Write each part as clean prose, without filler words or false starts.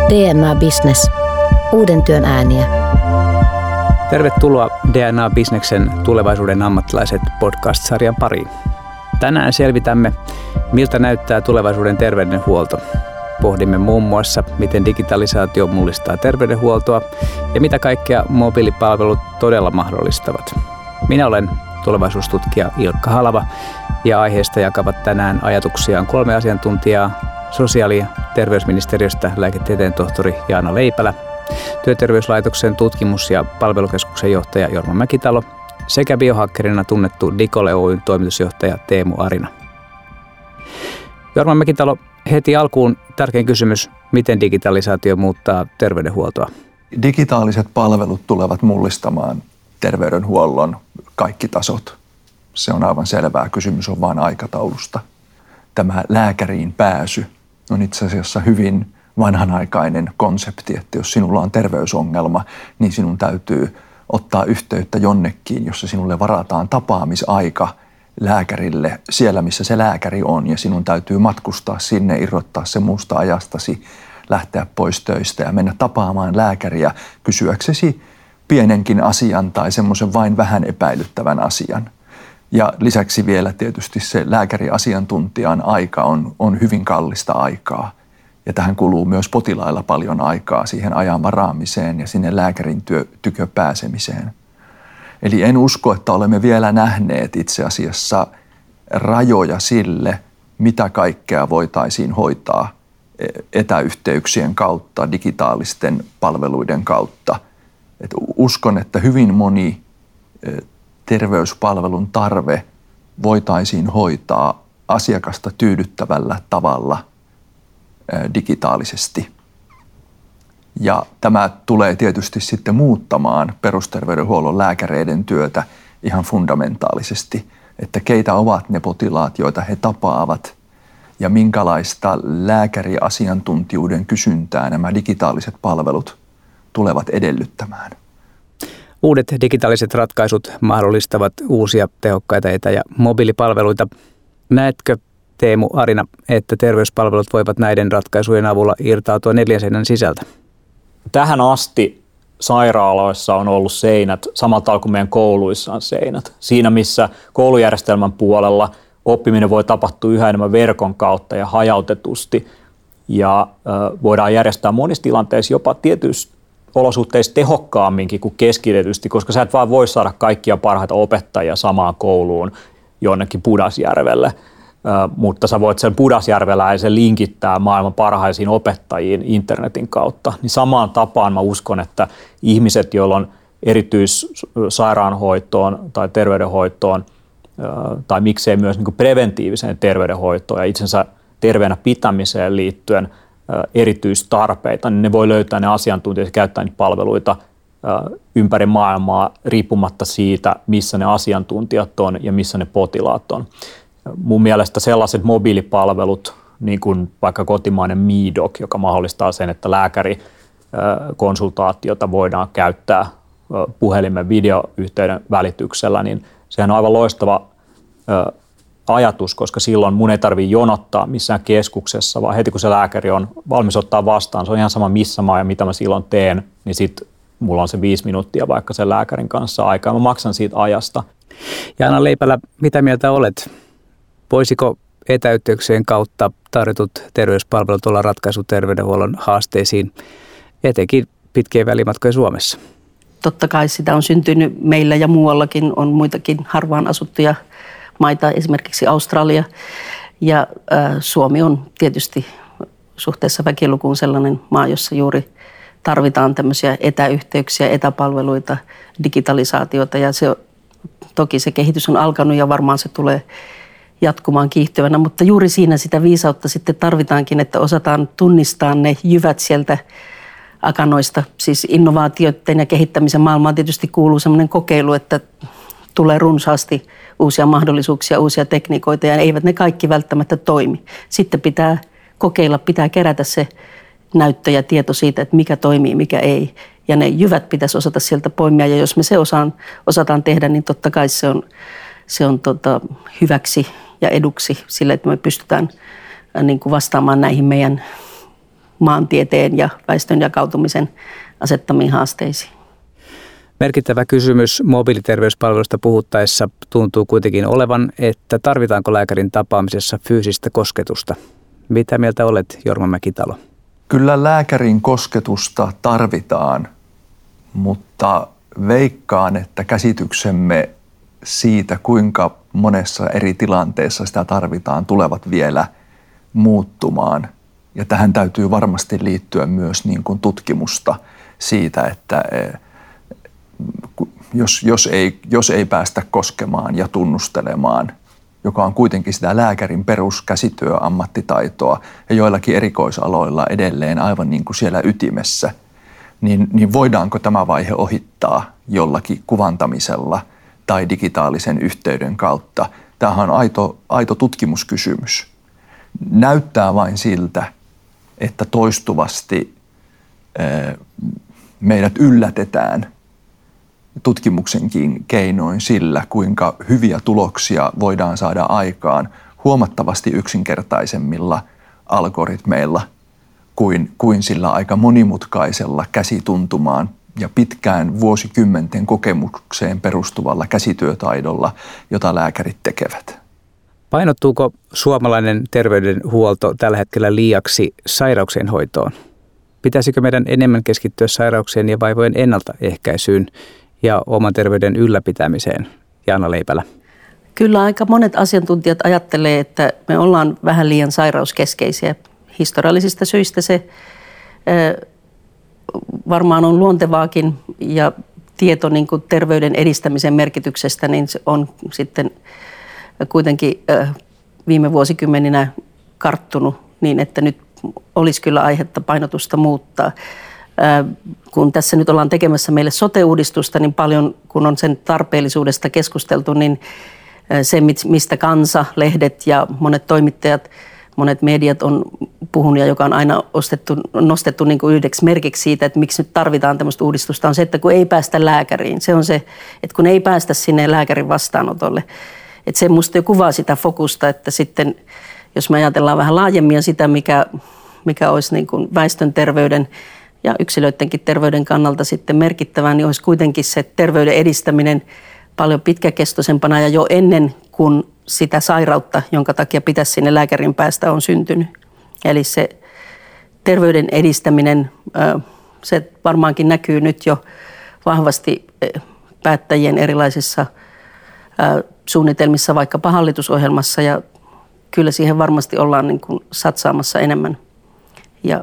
DNA Business. Uuden työn ääniä. Tervetuloa DNA Businessin tulevaisuuden ammattilaiset podcast-sarjan pariin. Tänään selvitämme, miltä näyttää tulevaisuuden terveydenhuolto. Pohdimme muun muassa, miten digitalisaatio mullistaa terveydenhuoltoa ja mitä kaikkea mobiilipalvelut todella mahdollistavat. Minä olen tulevaisuustutkija Ilkka Halava ja aiheesta jakavat tänään ajatuksiaan 3 asiantuntijaa: sosiaali- ja terveysministeriöstä lääketieteen tohtori Jaana Leipälä, Työterveyslaitoksen tutkimus- ja palvelukeskuksen johtaja Jorma Mäkitalo sekä biohakkerina tunnettu Dicole Oyn toimitusjohtaja Teemu Arina. Jorma Mäkitalo, heti alkuun tärkein kysymys: miten digitalisaatio muuttaa terveydenhuoltoa? Digitaaliset palvelut tulevat mullistamaan terveydenhuollon kaikki tasot. Se on aivan selvää. Kysymys on vain aikataulusta. Tämä lääkäriin pääsy on itse asiassa hyvin vanhanaikainen konsepti, että jos sinulla on terveysongelma, niin sinun täytyy ottaa yhteyttä jonnekin, jossa sinulle varataan tapaamisaika lääkärille siellä, missä se lääkäri on, ja sinun täytyy matkustaa sinne, irrottaa se muusta ajastasi, lähteä pois töistä ja mennä tapaamaan lääkäriä kysyäksesi pienenkin asian tai semmoisen vain vähän epäilyttävän asian. Ja lisäksi vielä tietysti se lääkäriasiantuntijan aika on hyvin kallista aikaa. Ja tähän kuluu myös potilailla paljon aikaa siihen ajan varaamiseen ja sinne lääkärin tykö pääsemiseen. Eli en usko, että olemme vielä nähneet itse asiassa rajoja sille, mitä kaikkea voitaisiin hoitaa etäyhteyksien kautta, digitaalisten palveluiden kautta. Et uskon, että hyvin moni terveyspalvelun tarve voitaisiin hoitaa asiakasta tyydyttävällä tavalla digitaalisesti. Ja tämä tulee tietysti sitten muuttamaan perusterveydenhuollon lääkäreiden työtä ihan fundamentaalisesti, että keitä ovat ne potilaat, joita he tapaavat ja minkälaista lääkäriasiantuntijuuden kysyntää nämä digitaaliset palvelut tulevat edellyttämään. Uudet digitaaliset ratkaisut mahdollistavat uusia tehokkaita etä- ja mobiilipalveluita. Näetkö, Teemu Arina, että terveyspalvelut voivat näiden ratkaisujen avulla irtautua 4 seinän sisältä? Tähän asti sairaaloissa on ollut seinät samalla tavalla kuin meidän kouluissa on seinät. Siinä missä koulujärjestelmän puolella oppiminen voi tapahtua yhä enemmän verkon kautta ja hajautetusti ja voidaan järjestää monissa tilanteissa jopa tietyissä olosuhteissa tehokkaamminkin kuin keskitetysti, koska sä et vaan voi saada kaikkia parhaita opettajia samaan kouluun jonnekin Pudasjärvelle, mutta sä voit sen Pudasjärvellä ja sen linkittää maailman parhaisiin opettajiin internetin kautta. Niin samaan tapaan mä uskon, että ihmiset, joilla on erityissairaanhoitoon tai terveydenhoitoon tai miksei myös niin kuin preventiiviseen terveydenhoitoon ja itsensä terveenä pitämiseen liittyen erityistarpeita, niin ne voi löytää ne asiantuntijat ja käyttää niitä palveluita ympäri maailmaa riippumatta siitä, missä ne asiantuntijat on ja missä ne potilaat on. Mun mielestä sellaiset mobiilipalvelut, niin kuin vaikka kotimainen MeDoc, joka mahdollistaa sen, että lääkärikonsultaatiota voidaan käyttää puhelimen videoyhteyden välityksellä, niin sehän on aivan loistava ajatus, koska silloin mun ei tarvitse jonottaa missään keskuksessa, vaan heti kun se lääkäri on valmis ottaa vastaan, se on ihan sama missä mä oon ja mitä mä silloin teen, niin sit mulla on se 5 minuuttia vaikka sen lääkärin kanssa aikaa. Mä maksan siitä ajasta. Jaana Leipälä, mitä mieltä olet? Voisiko etäyhteyksien kautta tarjotut terveyspalvelut olla ratkaisu terveydenhuollon haasteisiin, etenkin pitkien välimatkojen Suomessa? Totta kai sitä on syntynyt meillä ja muuallakin, on muitakin harvaan asuttuja maita, esimerkiksi Australia, ja Suomi on tietysti suhteessa väkilukuun sellainen maa, jossa juuri tarvitaan tämmöisiä etäyhteyksiä, etäpalveluita, digitalisaatiota, ja toki se kehitys on alkanut ja varmaan se tulee jatkumaan kiihtyvänä, mutta juuri siinä sitä viisautta sitten tarvitaankin, että osataan tunnistaa ne jyvät sieltä akanoista, siis innovaatioiden ja kehittämisen maailmaan tietysti kuuluu sellainen kokeilu, että tulee runsaasti uusia mahdollisuuksia, uusia tekniikoita ja eivät ne kaikki välttämättä toimi. Sitten pitää kokeilla, pitää kerätä se näyttö ja tieto siitä, että mikä toimii, mikä ei. Ja ne jyvät pitäisi osata sieltä poimia ja jos me se osataan tehdä, niin totta kai se on hyväksi ja eduksi sille, että me pystytään niin kuin vastaamaan näihin meidän maantieteen ja väestön jakautumisen asettamiin haasteisiin. Merkittävä kysymys mobiiliterveyspalveluista puhuttaessa tuntuu kuitenkin olevan, että tarvitaanko lääkärin tapaamisessa fyysistä kosketusta. Mitä mieltä olet, Jorma Mäkitalo? Kyllä lääkärin kosketusta tarvitaan, mutta veikkaan, että käsityksemme siitä, kuinka monessa eri tilanteessa sitä tarvitaan, tulevat vielä muuttumaan. Ja tähän täytyy varmasti liittyä myös niin kuin tutkimusta siitä, että jos ei päästä koskemaan ja tunnustelemaan, joka on kuitenkin sitä lääkärin peruskäsityöammattitaitoa ja joillakin erikoisaloilla edelleen aivan niin kuin siellä ytimessä, niin voidaanko tämä vaihe ohittaa jollakin kuvantamisella tai digitaalisen yhteyden kautta? Tämähän on aito tutkimuskysymys. Näyttää vain siltä, että toistuvasti meidät yllätetään tutkimuksenkin keinoin sillä, kuinka hyviä tuloksia voidaan saada aikaan huomattavasti yksinkertaisemmilla algoritmeilla kuin sillä aika monimutkaisella käsituntumaan ja pitkään vuosikymmenten kokemukseen perustuvalla käsityötaidolla, jota lääkärit tekevät. Painottuuko suomalainen terveydenhuolto tällä hetkellä liiaksi sairauksien hoitoon? Pitäisikö meidän enemmän keskittyä sairauksien ja vaivojen ennaltaehkäisyyn ja oman terveyden ylläpitämiseen? Jaana Leipälä. Kyllä aika monet asiantuntijat ajattelee, että me ollaan vähän liian sairauskeskeisiä. Historiallisista syistä se varmaan on luontevaakin ja tieto niin kuin terveyden edistämisen merkityksestä niin se on sitten kuitenkin viime vuosikymmeninä karttunut niin, että nyt olisi kyllä aihetta painotusta muuttaa. Kun tässä nyt ollaan tekemässä meille sote-uudistusta, niin paljon kun on sen tarpeellisuudesta keskusteltu, niin se, mistä kansa, lehdet ja monet toimittajat, monet mediat on puhunut ja joka on aina nostettu niin kuin yhdeksi merkiksi siitä, että miksi nyt tarvitaan tämmöistä uudistusta, on se, että kun ei päästä lääkäriin. Se on se, että kun ei päästä sinne lääkärin vastaanotolle. Että se musta jo kuvaa sitä fokusta, että sitten jos me ajatellaan vähän laajemmin sitä, mikä olisi niin kuin väestön terveyden ja yksilöidenkin terveyden kannalta sitten merkittävää, niin olisi kuitenkin se terveyden edistäminen paljon pitkäkestoisempana ja jo ennen kuin sitä sairautta, jonka takia pitäisi sinne lääkärin päästä, on syntynyt. Eli se terveyden edistäminen, se varmaankin näkyy nyt jo vahvasti päättäjien erilaisissa suunnitelmissa, vaikkapa hallitusohjelmassa, ja kyllä siihen varmasti ollaan niin kuin satsaamassa enemmän. Ja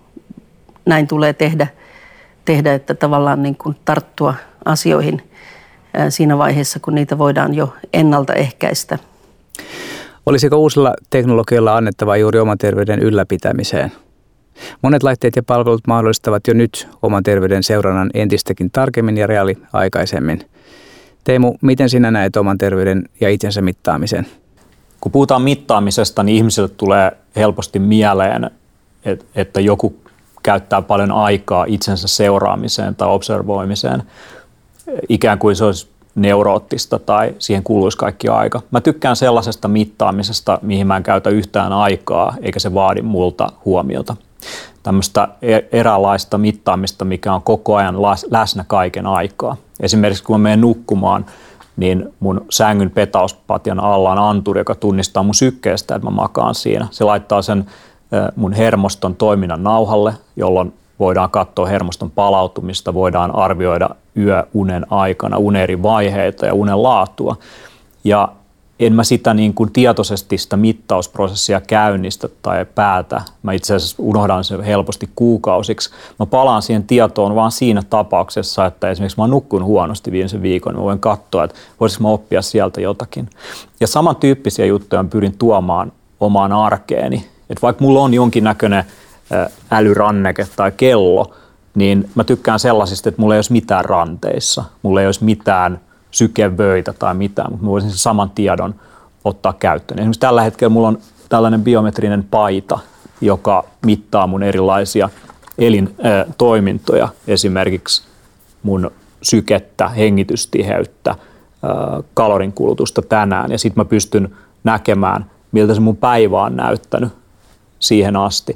näin tulee tehdä, että tavallaan niin kuin tarttua asioihin siinä vaiheessa, kun niitä voidaan jo ennaltaehkäistä. Olisiko uusilla teknologioilla annettavaa juuri oman terveyden ylläpitämiseen? Monet laitteet ja palvelut mahdollistavat jo nyt oman terveyden seurannan entistäkin tarkemmin ja reaaliaikaisemmin. Teemu, miten sinä näet oman terveyden ja itsensä mittaamisen? Kun puhutaan mittaamisesta, niin ihmisille tulee helposti mieleen, että joku käyttää paljon aikaa itsensä seuraamiseen tai observoimiseen, ikään kuin se olisi neuroottista tai siihen kuluisi kaikki aika. Mä tykkään sellaisesta mittaamisesta, mihin mä en käytä yhtään aikaa, eikä se vaadi multa huomiota. Tämmöistä eräänlaista mittaamista, mikä on koko ajan läsnä kaiken aikaa. Esimerkiksi kun mä menen nukkumaan, niin mun sängyn petauspatjan alla on anturi, joka tunnistaa mun sykkeestä, että mä makaan siinä. Se laittaa sen mun hermoston toiminnan nauhalle, jolloin voidaan katsoa hermoston palautumista, voidaan arvioida yöunen aikana unen eri vaiheita ja unen laatua. Ja en mä sitä niin kuin tietoisesti sitä mittausprosessia käynnistä tai päätä. Mä itse asiassa unohdan sen helposti kuukausiksi. Mä palaan siihen tietoon vaan siinä tapauksessa, että esimerkiksi mä oon nukkunut huonosti viimeisen viikon. Mä voin katsoa, että voisinko mä oppia sieltä jotakin. Ja samantyyppisiä juttuja mä pyrin tuomaan omaan arkeeni. Että vaikka mulla on jonkinnäköinen älyranneke tai kello, niin mä tykkään sellaisista, että mulla ei olisi mitään ranteissa. Mulla ei olisi mitään sykevöitä tai mitään, mutta mä voisin sen saman tiedon ottaa käyttöön. Esimerkiksi tällä hetkellä mulla on tällainen biometrinen paita, joka mittaa mun erilaisia elintoimintoja, esimerkiksi mun sykettä, hengitystiheyttä, kalorinkulutusta tänään. Ja sitten mä pystyn näkemään, miltä se mun päivä on näyttänyt siihen asti.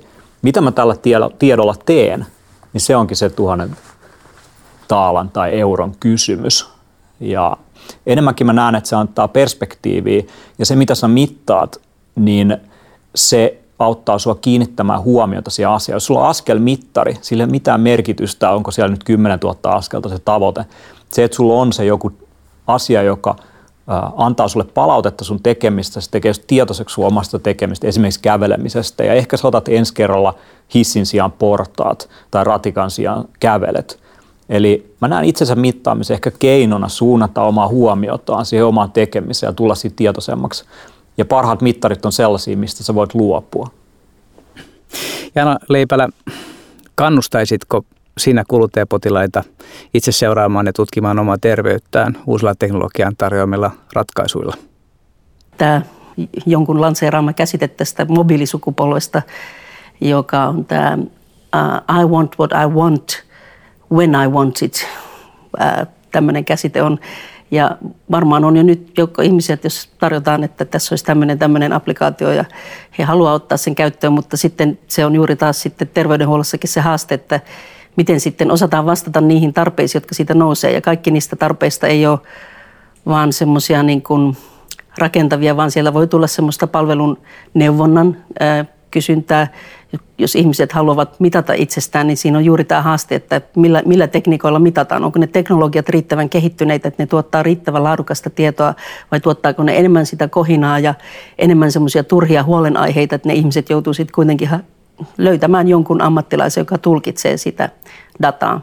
Mitä mä tällä tiedolla teen, niin se onkin se 1000 taalan tai euron kysymys. Ja enemmänkin mä näen, että se antaa perspektiiviä ja se mitä sä mittaat, niin se auttaa sua kiinnittämään huomiota siihen asiaan. Jos sulla on askelmittari, sillä ei ole mitään merkitystä, onko siellä nyt 10 000 askelta se tavoite. Se, että sulla on se joku asia, joka antaa sulle palautetta sun tekemistä, se tekee tietoiseksi sun omasta tekemistä, esimerkiksi kävelemisestä. Ja ehkä sä otat ensi kerralla hissin sijaan portaat tai ratikan sijaan kävelet. Eli mä näen itsensä mittaamisen ehkä keinona suunnata omaa huomiotaan siihen omaan tekemiseen ja tulla siitä tietoisemmaksi. Ja parhaat mittarit on sellaisia, mistä sä voit luopua. Jaana Leipälä, kannustaisitko sinä kuluttajapotilaita itse seuraamaan ja tutkimaan omaa terveyttään uusilla teknologian tarjoamilla ratkaisuilla? Tämä jonkun lanseeraama käsite tästä mobiilisukupolvesta, joka on tämä I want what I want when I want it. Tämmöinen käsite on. Ja varmaan on jo nyt joukko ihmisiä, että jos tarjotaan, että tässä olisi tämmöinen applikaatio ja he haluaa ottaa sen käyttöön, mutta sitten se on juuri taas sitten terveydenhuollossakin se haaste, että miten sitten osataan vastata niihin tarpeisiin, jotka siitä nousee. Ja kaikki niistä tarpeista ei ole vaan semmoisia niin kuin rakentavia, vaan siellä voi tulla semmoista palvelun neuvonnan kysyntää. Jos ihmiset haluavat mitata itsestään, niin siinä on juuri tämä haaste, että millä tekniikoilla mitataan. Onko ne teknologiat riittävän kehittyneitä, että ne tuottaa riittävän laadukasta tietoa vai tuottaako ne enemmän sitä kohinaa ja enemmän semmoisia turhia huolenaiheita, että ne ihmiset joutuu sitten kuitenkin löytämään jonkun ammattilaisen, joka tulkitsee sitä dataa,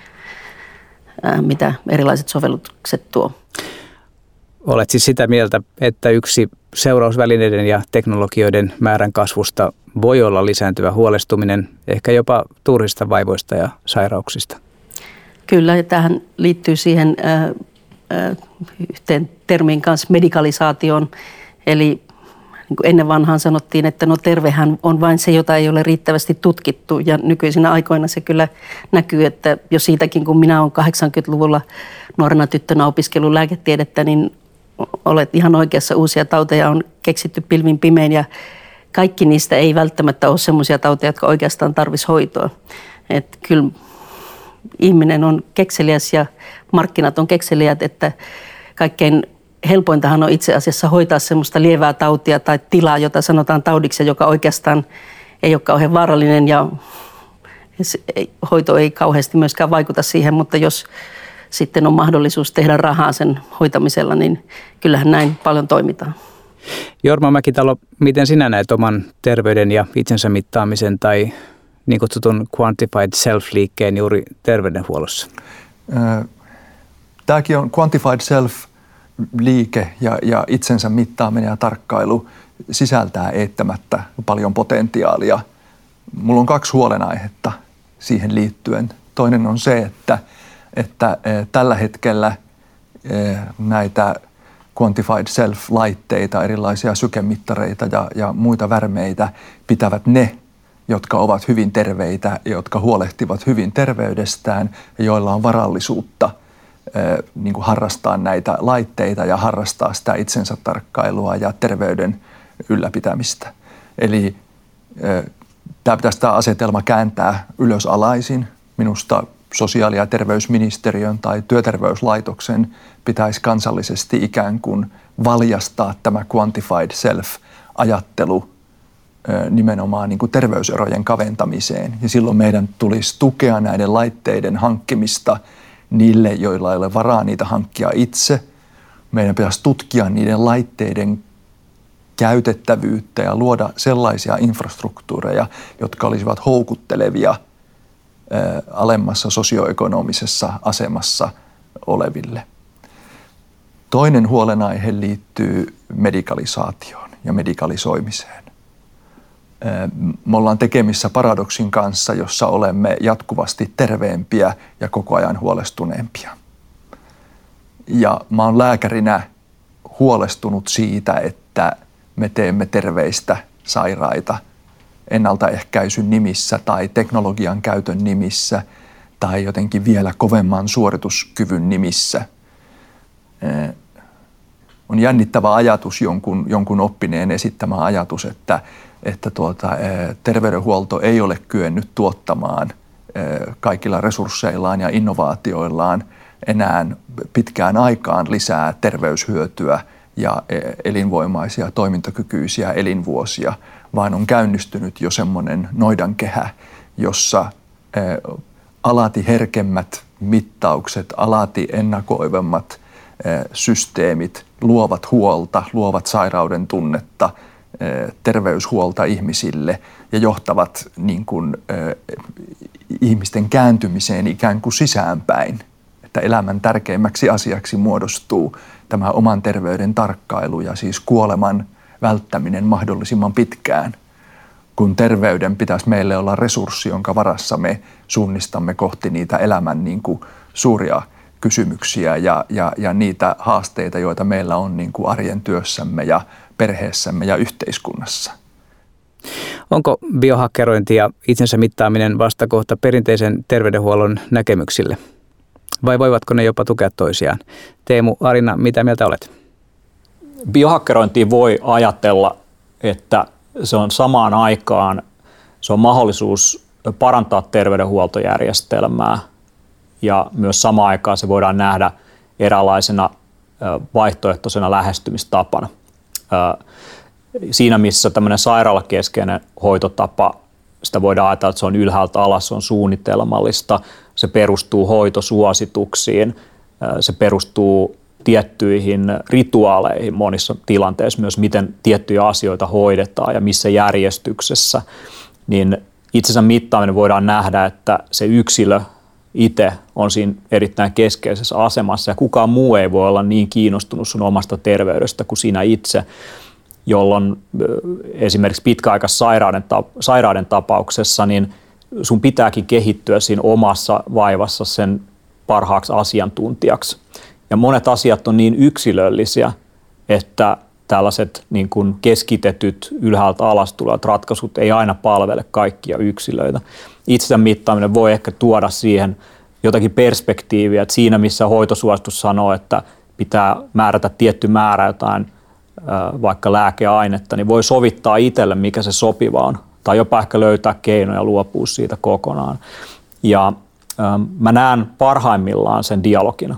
mitä erilaiset sovellukset tuo. Olet siis sitä mieltä, että yksi seurausvälineiden ja teknologioiden määrän kasvusta voi olla lisääntyvä huolestuminen, ehkä jopa turhista vaivoista ja sairauksista? Kyllä, ja tähän liittyy siihen yhteen termiin kanssa medikalisaatioon. Eli niin kuin ennen vanhaan sanottiin, että no tervehän on vain se, jota ei ole riittävästi tutkittu. Ja nykyisinä aikoina se kyllä näkyy, että jo siitäkin, kun minä olen 80-luvulla nuorena tyttönä opiskellut lääketiedettä, niin olet ihan oikeassa, uusia tauteja on keksitty pilvin pimein ja kaikki niistä ei välttämättä ole semmoisia tauteja, jotka oikeastaan tarvitsisi hoitoa. Että kyllä ihminen on kekseliäs ja markkinat on kekseliät, että kaikkein helpointahan on itse asiassa hoitaa semmoista lievää tautia tai tilaa, jota sanotaan taudiksi, joka oikeastaan ei ole kauhean vaarallinen ja hoito ei kauheasti myöskään vaikuta siihen, mutta jos sitten on mahdollisuus tehdä rahaa sen hoitamisella, niin kyllähän näin paljon toimitaan. Jorma Mäkitalo, miten sinä näet oman terveyden ja itsensä mittaamisen tai niin kutsutun quantified self-liikkeen juuri terveydenhuollossa? Tämäkin on quantified self-liike ja itsensä mittaaminen ja tarkkailu sisältää eittämättä paljon potentiaalia. Mulla on 2 huolenaihetta siihen liittyen. Toinen on se, että tällä hetkellä näitä quantified self-laitteita, erilaisia sykemittareita ja muita värmeitä pitävät ne, jotka ovat hyvin terveitä, jotka huolehtivat hyvin terveydestään ja joilla on varallisuutta niin kuin harrastaa näitä laitteita ja harrastaa sitä itsensä tarkkailua ja terveyden ylläpitämistä. Eli tämä pitäisi tämä asetelma kääntää ylösalaisin. Minusta sosiaali- ja terveysministeriön tai työterveyslaitoksen pitäisi kansallisesti ikään kuin valjastaa tämä quantified self-ajattelu nimenomaan niin kuin terveyserojen kaventamiseen. Ja silloin meidän tulisi tukea näiden laitteiden hankkimista niille, joilla ei ole varaa niitä hankkia itse. Meidän pitäisi tutkia niiden laitteiden käytettävyyttä ja luoda sellaisia infrastruktuureja, jotka olisivat houkuttelevia alemmassa sosioekonomisessa asemassa oleville. Toinen huolenaihe liittyy medikalisaatioon ja medikalisoimiseen. Me ollaan tekemissä paradoksin kanssa, jossa olemme jatkuvasti terveempiä ja koko ajan huolestuneempia. Ja mä oon lääkärinä huolestunut siitä, että me teemme terveistä sairaita ennaltaehkäisyn nimissä tai teknologian käytön nimissä tai jotenkin vielä kovemman suorituskyvyn nimissä. On jännittävä ajatus, jonkun oppineen esittämä ajatus, että että terveydenhuolto ei ole kyennyt tuottamaan kaikilla resursseillaan ja innovaatioillaan enää pitkään aikaan lisää terveyshyötyä ja elinvoimaisia, toimintakykyisiä elinvuosia, vaan on käynnistynyt jo semmoinen noidankehä, jossa alati herkemmät mittaukset, alati ennakoivammat systeemit luovat huolta, luovat sairauden tunnetta, terveyshuolta ihmisille ja johtavat niin kuin, ihmisten kääntymiseen ikään kuin sisäänpäin. Että elämän tärkeimmäksi asiaksi muodostuu tämä oman terveyden tarkkailu ja siis kuoleman välttäminen mahdollisimman pitkään, kun terveyden pitäisi meille olla resurssi, jonka varassa me suunnistamme kohti niitä elämän niin kuin suuria kysymyksiä ja niitä haasteita, joita meillä on niin kuin arjen työssämme ja perheessämme ja yhteiskunnassa. Onko biohakkerointi ja itsensä mittaaminen vastakohta perinteisen terveydenhuollon näkemyksille? Vai voivatko ne jopa tukea toisiaan? Teemu, Arina, mitä mieltä olet? Biohakkerointia voi ajatella, että se on samaan aikaan, se on mahdollisuus parantaa terveydenhuoltojärjestelmää ja myös samaan aikaan se voidaan nähdä eräänlaisena vaihtoehtoisena lähestymistapana. Siinä missä tämmöinen sairaalakeskeinen hoitotapa, sitä voidaan ajatella, että se on ylhäältä alas, se on suunnitelmallista, se perustuu hoitosuosituksiin, se perustuu tiettyihin rituaaleihin monissa tilanteissa myös, miten tiettyjä asioita hoidetaan ja missä järjestyksessä, niin itsensä mittaaminen voidaan nähdä, että se yksilö itse on siinä erittäin keskeisessä asemassa ja kukaan muu ei voi olla niin kiinnostunut sun omasta terveydestä kuin sinä itse, jolloin esimerkiksi pitkäaikaissairauden tapauksessa niin sun pitääkin kehittyä siinä omassa vaivassa sen parhaaksi asiantuntijaksi. Ja monet asiat on niin yksilöllisiä, että tällaiset niin kuin keskitetyt ylhäältä alas tulevat ratkaisut ei aina palvele kaikkia yksilöitä. Itsensä mittaaminen voi ehkä tuoda siihen jotakin perspektiiviä, että siinä missä hoitosuositus sanoo, että pitää määrätä tietty määrä jotain vaikka lääkeainetta, niin voi sovittaa itselle, mikä se sopiva on, tai jopa ehkä löytää keinoja luopua siitä kokonaan. Ja mä näen parhaimmillaan sen dialogin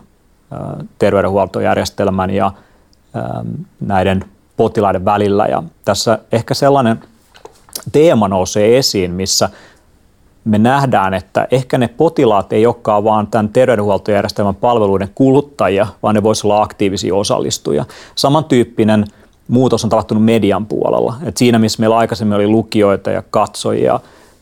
terveydenhuoltojärjestelmän ja näiden potilaiden välillä. Ja tässä ehkä sellainen teema nousee esiin, missä me nähdään, että ehkä ne potilaat ei olekaan vaan tämän terveydenhuoltojärjestelmän palveluiden kuluttajia, vaan ne voisivat olla aktiivisia osallistujia. Samantyyppinen muutos on tapahtunut median puolella. Et siinä, missä meillä aikaisemmin oli lukijoita ja katsojia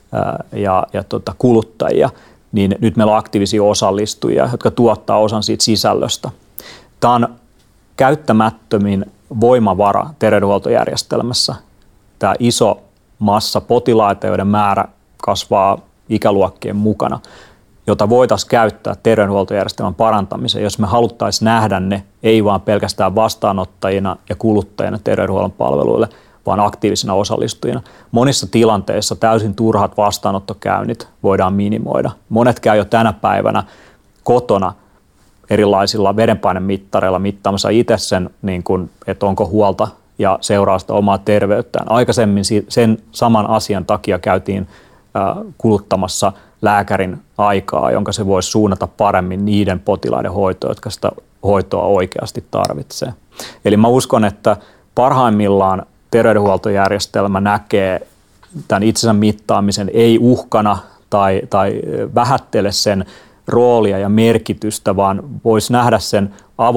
ja kuluttajia, niin nyt meillä on aktiivisia osallistujia, jotka tuottaa osan siitä sisällöstä. Tämä on käyttämättömin voimavara terveydenhuoltojärjestelmässä. Tämä iso massa potilaita, joiden määrä kasvaa ikäluokkien mukana, jota voitaisiin käyttää terveydenhuoltojärjestelmän parantamiseen, jos me haluttaisiin nähdä ne ei vaan pelkästään vastaanottajina ja kuluttajina terveydenhuollon palveluille, vaan aktiivisina osallistujina. Monissa tilanteissa täysin turhat vastaanottokäynnit voidaan minimoida. Monet käy jo tänä päivänä kotona erilaisilla verenpainemittareilla mittaamassa itse sen, niin kuin, että onko huolta ja seuraa sitä omaa terveyttään. Aikaisemmin sen saman asian takia käytiin kuluttamassa lääkärin aikaa, jonka se voisi suunnata paremmin niiden potilaiden hoitoon, jotka sitä hoitoa oikeasti tarvitsee. Eli mä uskon, että parhaimmillaan terveydenhuoltojärjestelmä näkee tämän itsensä mittaamisen ei uhkana tai vähättele sen roolia ja merkitystä, vaan voisi nähdä sen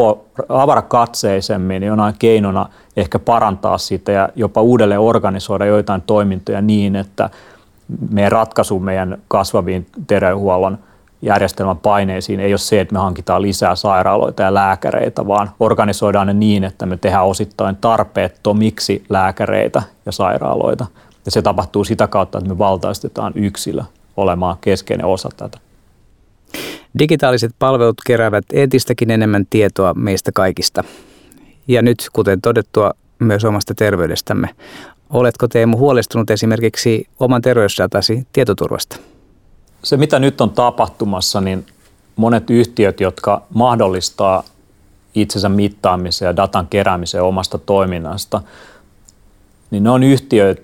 avarakatseisemmin jonain keinona ehkä parantaa sitä ja jopa uudelleen organisoida joitain toimintoja niin, että meidän ratkaisu meidän kasvaviin terveydenhuollon järjestelmän paineisiin ei ole se, että me hankitaan lisää sairaaloita ja lääkäreitä, vaan organisoidaan ne niin, että me tehdään osittain tarpeettomiksi lääkäreitä ja sairaaloita. Ja se tapahtuu sitä kautta, että me valtaistetaan yksilö olemaan keskeinen osa tätä. Digitaaliset palvelut keräävät entistäkin enemmän tietoa meistä kaikista. Ja nyt, kuten todettua, myös omasta terveydestämme. Oletko, Teemu, huolestunut esimerkiksi oman terveysdatasi tietoturvasta? Se, mitä nyt on tapahtumassa, niin monet yhtiöt, jotka mahdollistaa itsensä mittaamisen ja datan keräämisen omasta toiminnasta, niin ne on yhtiöitä,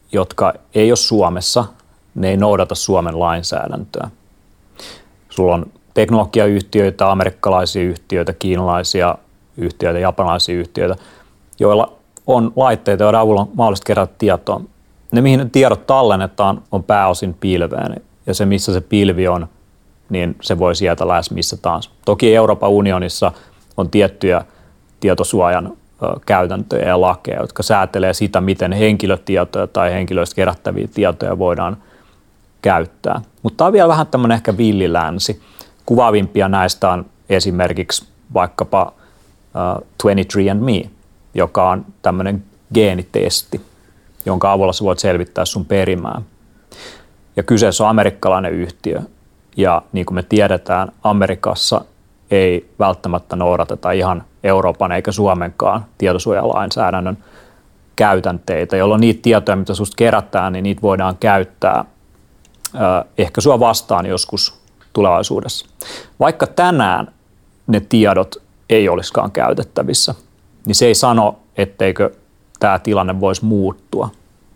jotka ei ole Suomessa, ne ei noudata Suomen lainsäädäntöä. Sulla on teknologiayhtiöitä, amerikkalaisia yhtiöitä, kiinalaisia yhtiöitä, japanilaisia yhtiöitä, joilla on laitteita, joiden avulla on mahdollista kerätä tietoa. Ne, mihin ne tiedot tallennetaan, on pääosin pilveen. Ja se, missä se pilvi on, niin se voi sieltä lähes missä tahansa. Toki Euroopan unionissa on tiettyjä tietosuojan käytäntöjä ja lakeja, jotka säätelee sitä, miten henkilötietoja tai henkilöistä kerättäviä tietoja voidaan käyttää. Mutta tämä on vielä vähän tämmöinen ehkä villilänsi. Kuvaavimpia näistä on esimerkiksi vaikkapa 23andMe, joka on tämmöinen geenitesti, jonka avulla sä voit selvittää sun perimää. Ja kyseessä on amerikkalainen yhtiö. Ja niin kuin me tiedetään, Amerikassa ei välttämättä noudateta ihan Euroopan eikä Suomenkaan tietosuojalainsäädännön käytänteitä, jolloin niitä tietoja, mitä susta kerätään, niin niitä voidaan käyttää ehkä sua vastaan joskus tulevaisuudessa. Vaikka tänään ne tiedot ei olisikaan käytettävissä, niin se ei sano, etteikö tämä tilanne voisi muuttua.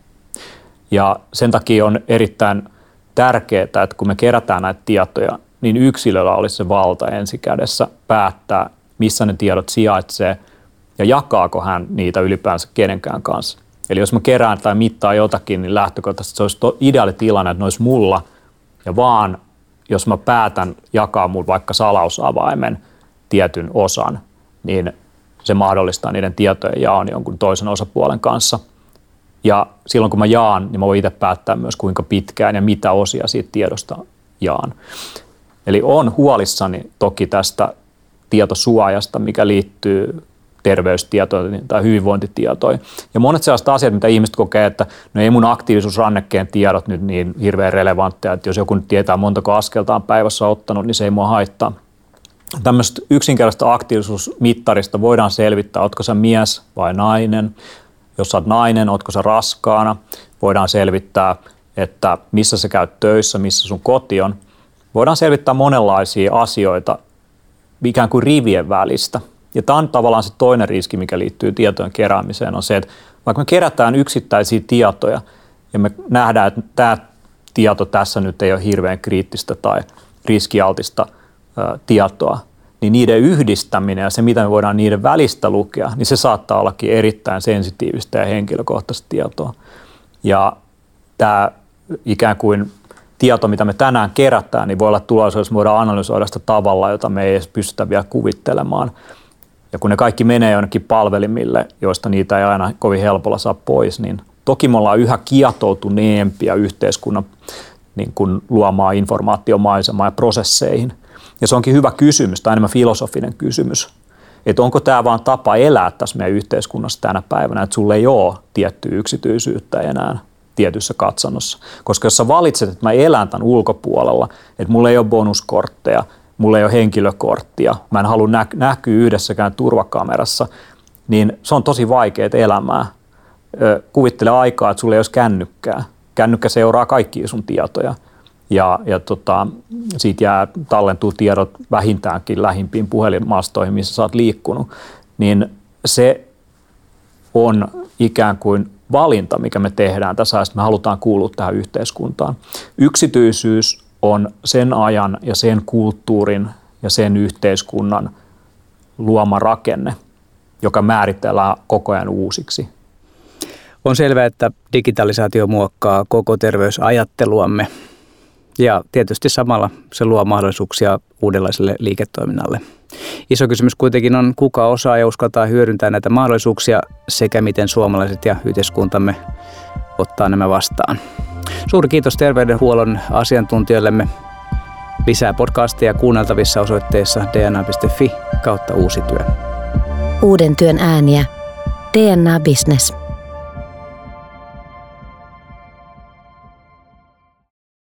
Ja sen takia on erittäin tärkeää, että kun me kerätään näitä tietoja, niin yksilöllä olisi se valta ensikädessä päättää, missä ne tiedot sijaitsee ja jakaako hän niitä ylipäänsä kenenkään kanssa. Eli jos mä kerään tai mittaan jotakin, niin lähtökohtaisesti se olisi ideaali tilanne, että ne olisi mulla ja vaan jos mä päätän jakaa mulla vaikka salausavaimen tietyn osan, niin se mahdollistaa niiden tietojen jaon jonkun toisen osapuolen kanssa. Ja silloin kun mä jaan, niin mä voin itse päättää myös kuinka pitkään ja mitä osia siitä tiedosta jaan. Eli olen huolissani toki tästä tietosuojasta, mikä liittyy terveystietoihin tai hyvinvointitietoihin. Ja monet sellaiset asiat, mitä ihmiset kokee, että no ei mun aktiivisuusrannekkeen tiedot nyt niin hirveän relevantteja, että jos joku nyt tietää montako askeltaan päivässä ottanut, niin se ei mua haittaa. Tämmöistä yksinkertaista aktiivisuusmittarista voidaan selvittää, ootko sä mies vai nainen. Jos sä oot nainen, ootko sä raskaana. Voidaan selvittää, että missä sä käyt töissä, missä sun koti on. Voidaan selvittää monenlaisia asioita ikään kuin rivien välistä. Ja tämä on tavallaan se toinen riski, mikä liittyy tietojen keräämiseen, on se, että vaikka me kerätään yksittäisiä tietoja ja me nähdään, että tämä tieto tässä nyt ei ole hirveän kriittistä tai riskialtista tietoa, niin niiden yhdistäminen ja se, mitä me voidaan niiden välistä lukea, niin se saattaa ollakin erittäin sensitiivistä ja henkilökohtaista tietoa. Ja tämä ikään kuin tieto, mitä me tänään kerätään, niin voi olla tulevaisuudessa, voidaan analysoida sitä tavalla, jota me ei edes pystytä vielä kuvittelemaan. Ja kun ne kaikki menee jonnekin palvelimille, joista niitä ei aina kovin helpolla saa pois, niin toki me ollaan yhä kietoutuneempia yhteiskunnan niin kuin luomaan informaatiomaisemaan ja prosesseihin. Ja se onkin hyvä kysymys, tai enemmän filosofinen kysymys, että onko tämä vaan tapa elää tässä meidän yhteiskunnassa tänä päivänä, että sulla ei ole tiettyä yksityisyyttä enää tietyssä katsannossa. Koska jos sä valitset, että mä elän tämän ulkopuolella, että mulla ei ole bonuskortteja, mulla ei ole henkilökorttia, mä en halua näkyä yhdessäkään turvakamerassa, niin se on tosi vaikeaa elämää. Kuvittele aikaa, että sulla ei olisi kännykkää. Kännykkä seuraa kaikkia sun tietoja ja siitä tallentuu tiedot vähintäänkin lähimpiin puhelinmastoihin, missä sä oot liikkunut. Niin se on ikään kuin valinta, mikä me tehdään tässä, että me halutaan kuulua tähän yhteiskuntaan. Yksityisyys on sen ajan ja sen kulttuurin ja sen yhteiskunnan luoma rakenne, joka määritellään koko ajan uusiksi. On selvää, että digitalisaatio muokkaa koko terveysajatteluamme ja tietysti samalla se luo mahdollisuuksia uudenlaiselle liiketoiminnalle. Iso kysymys kuitenkin on, kuka osaa ja uskaltaa hyödyntää näitä mahdollisuuksia sekä miten suomalaiset ja yhteiskuntamme ottaa nämä vastaan. Suuri kiitos terveydenhuollon asiantuntijoillemme. Lisää podcasteja kuunneltavissa osoitteessa dna.fi/uusi työ. Uuden työn ääniä. DNA Business.